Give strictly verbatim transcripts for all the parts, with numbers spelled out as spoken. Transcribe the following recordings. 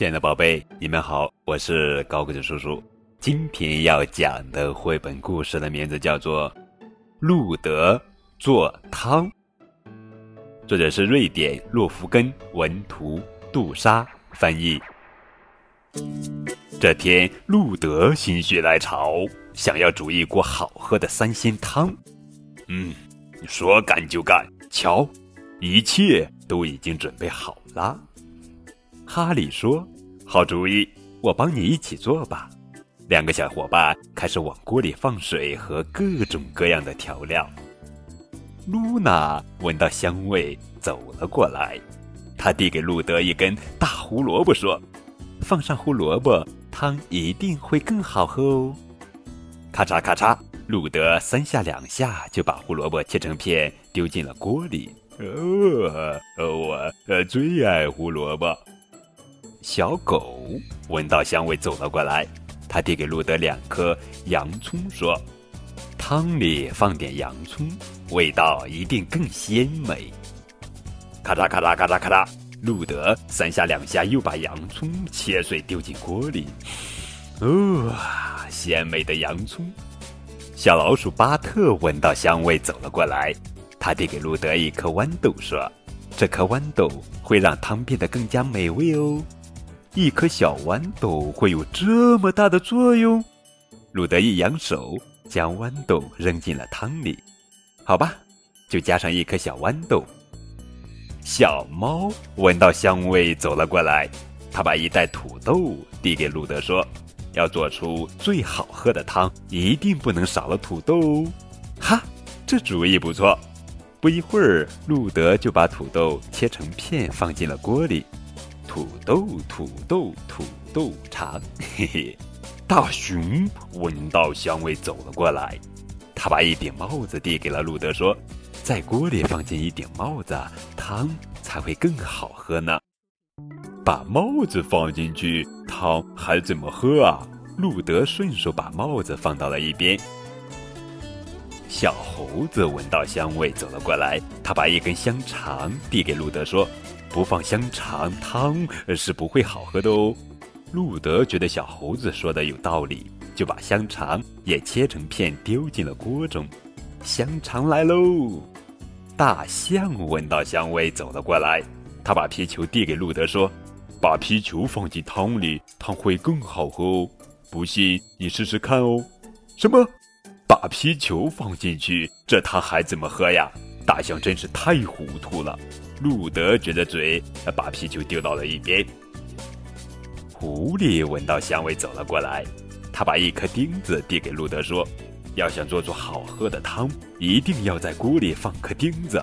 亲爱的宝贝，你们好，我是高个子叔叔。今天要讲的绘本故事的名字叫做《路德做汤》，作者是瑞典洛夫根文图，杜莎翻译。这天，路德心血来潮，想要煮一锅好喝的三鲜汤。嗯，说干就干，瞧，一切都已经准备好了。哈利说：“好主意，我帮你一起做吧。”两个小伙伴开始往锅里放水和各种各样的调料。露娜闻到香味走了过来，她递给路德一根大胡萝卜说：“放上胡萝卜，汤一定会更好喝哦。”咔嚓咔嚓，路德三下两下就把胡萝卜切成片丢进了锅里。哦，我呃最爱胡萝卜。小狗闻到香味走了过来，他递给路德两颗洋葱说：“汤里放点洋葱，味道一定更鲜美。”咔嚓咔嚓咔嚓咔嚓，路德三下两下又把洋葱切碎丢进锅里。哦，鲜美的洋葱！小老鼠巴特闻到香味走了过来，他递给路德一颗豌豆说：“这颗豌豆会让汤变得更加美味哦。”一颗小豌豆会有这么大的作用？路德一扬手，将豌豆扔进了汤里。好吧，就加上一颗小豌豆。小猫闻到香味走了过来，它把一袋土豆递给路德说：“要做出最好喝的汤，一定不能少了土豆哦。”哈，这主意不错。不一会儿，路德就把土豆切成片放进了锅里。土豆土豆土豆肠，嘿嘿。大熊闻到香味走了过来，他把一顶帽子递给了路德说：“在锅里放进一顶帽子，汤才会更好喝呢。”把帽子放进去，汤还怎么喝啊？路德顺手把帽子放到了一边。小猴子闻到香味走了过来，他把一根香肠递给路德说：“不放香肠，汤是不会好喝的哦。”路德觉得小猴子说的有道理，就把香肠也切成片丢进了锅中。香肠来喽！大象闻到香味走了过来，他把皮球递给路德说：“把皮球放进汤里，汤会更好喝哦。不信你试试看哦。”什么？把皮球放进去，这汤还怎么喝呀？大象真是太糊涂了。路德撅着嘴，把皮球丢到了一边。狐狸闻到香味走了过来，他把一颗钉子递给路德说：“要想做出好喝的汤，一定要在锅里放颗钉子。”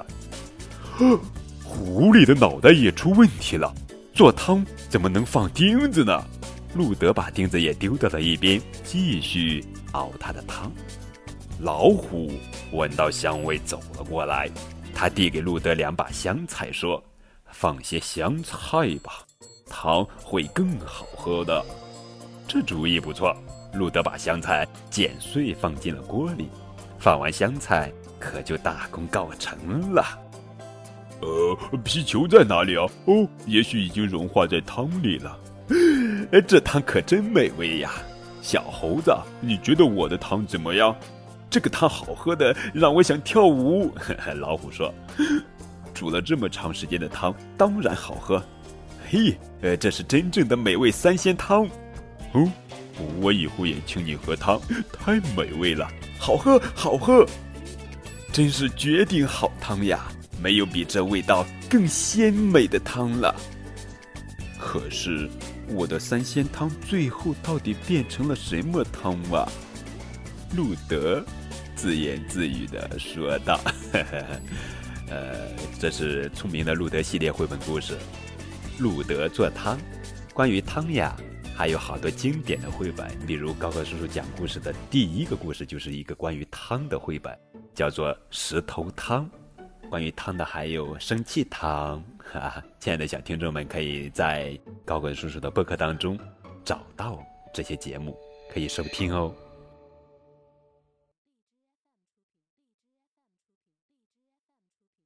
狐狸的脑袋也出问题了，做汤怎么能放钉子呢？路德把钉子也丢到了一边，继续熬他的汤。老虎闻到香味走了过来，他递给路德两把香菜说：“放些香菜吧，汤会更好喝的。”这主意不错，路德把香菜剪碎放进了锅里。放完香菜，可就大功告成了。呃，皮球在哪里啊？哦，也许已经融化在汤里了。这汤可真美味呀！小猴子，你觉得我的汤怎么样？这个汤好喝的让我想跳舞。老虎说：“煮了这么长时间的汤，当然好喝。嘿，呃，这是真正的美味三鲜汤。哦，我以后也请你喝汤，太美味了，好喝，好喝，真是绝顶好汤呀！没有比这味道更鲜美的汤了。可是，我的三鲜汤最后到底变成了什么汤啊？”路德自言自语地说道：“呃，这是聪明的路德系列绘本故事，路德做汤。关于汤呀，还有好多经典的绘本，例如高高叔叔讲故事的第一个故事就是一个关于汤的绘本，叫做《石头汤》。关于汤的还有生气汤。哈哈，亲爱的小听众们，可以在高高叔叔的播客当中找到这些节目，可以收听哦。